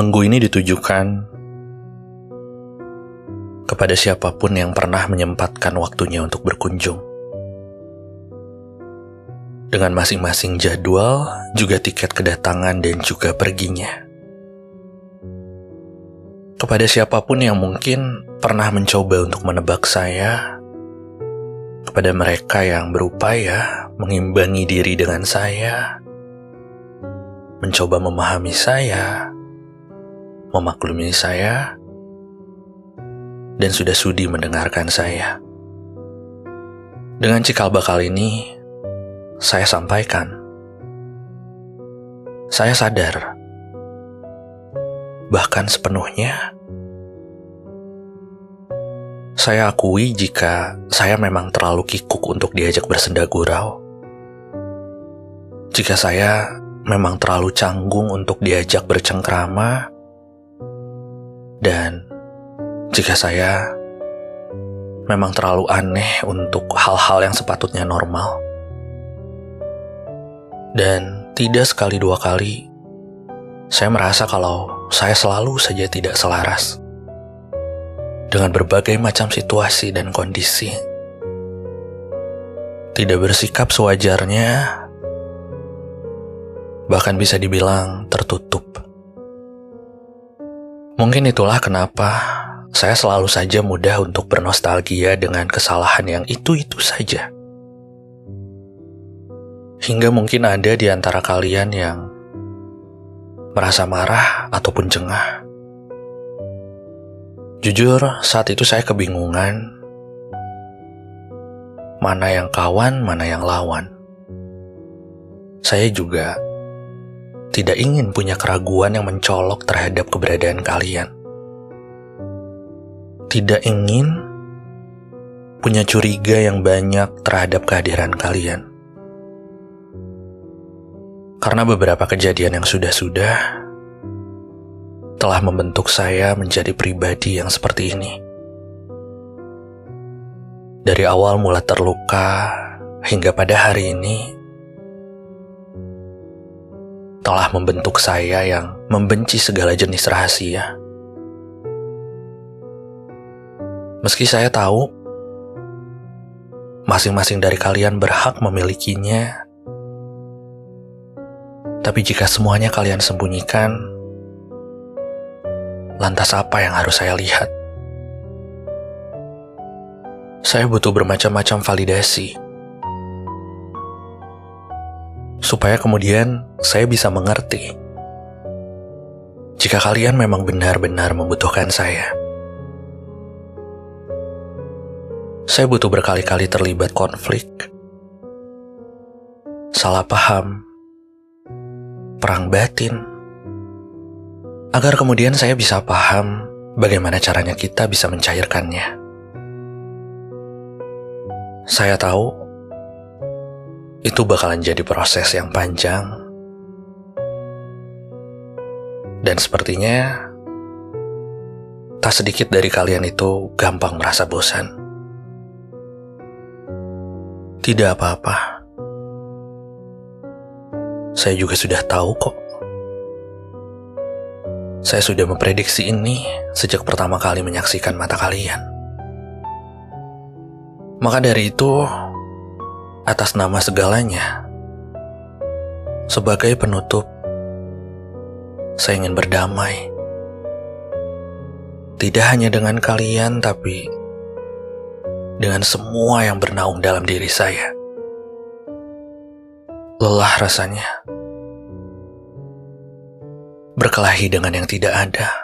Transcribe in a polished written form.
Belenggu ini ditujukan kepada siapapun yang pernah menyempatkan waktunya untuk berkunjung. Dengan masing-masing jadwal, juga tiket kedatangan dan juga perginya. Kepada siapapun yang mungkin pernah mencoba untuk menebak saya, kepada mereka yang berupaya mengimbangi diri dengan saya, mencoba memahami saya, memaklumi saya, dan sudah sudi mendengarkan saya. Dengan cikal bakal ini, saya sampaikan, saya sadar, bahkan sepenuhnya, saya akui jika saya memang terlalu kikuk untuk diajak bersenda gurau. Jika saya memang terlalu canggung untuk diajak bercengkrama, dan jika saya memang terlalu aneh untuk hal-hal yang sepatutnya normal. Dan tidak sekali dua kali, saya merasa kalau saya selalu saja tidak selaras dengan berbagai macam situasi dan kondisi. Tidak bersikap sewajarnya, bahkan bisa dibilang tertutup. Mungkin itulah kenapa saya selalu saja mudah untuk bernostalgia dengan kesalahan yang itu-itu saja. Hingga mungkin ada di antara kalian yang merasa marah ataupun jengah. Jujur, saat itu saya kebingungan mana yang kawan, mana yang lawan. Saya juga tidak ingin punya keraguan yang mencolok terhadap keberadaan kalian. Tidak ingin punya curiga yang banyak terhadap kehadiran kalian. Karena beberapa kejadian yang sudah-sudah telah membentuk saya menjadi pribadi yang seperti ini. Dari awal mula terluka hingga pada hari ini, telah membentuk saya yang membenci segala jenis rahasia. Meski saya tahu masing-masing dari kalian berhak memilikinya, tapi jika semuanya kalian sembunyikan, lantas apa yang harus saya lihat? Saya butuh bermacam-macam validasi supaya kemudian saya bisa mengerti jika kalian memang benar-benar membutuhkan saya. Saya butuh berkali-kali terlibat konflik, salah paham, perang batin, agar kemudian saya bisa paham bagaimana caranya kita bisa mencairkannya. Saya tahu itu bakalan jadi proses yang panjang, dan sepertinya tak sedikit dari kalian itu gampang merasa bosan. Tidak apa-apa, saya juga sudah tahu kok. Saya sudah memprediksi ini sejak pertama kali menyaksikan mata kalian. Maka dari itu, atas nama segalanya, sebagai penutup, saya ingin berdamai. Tidak hanya dengan kalian, tapi dengan semua yang bernaung dalam diri saya. Lelah rasanya berkelahi dengan yang tidak ada.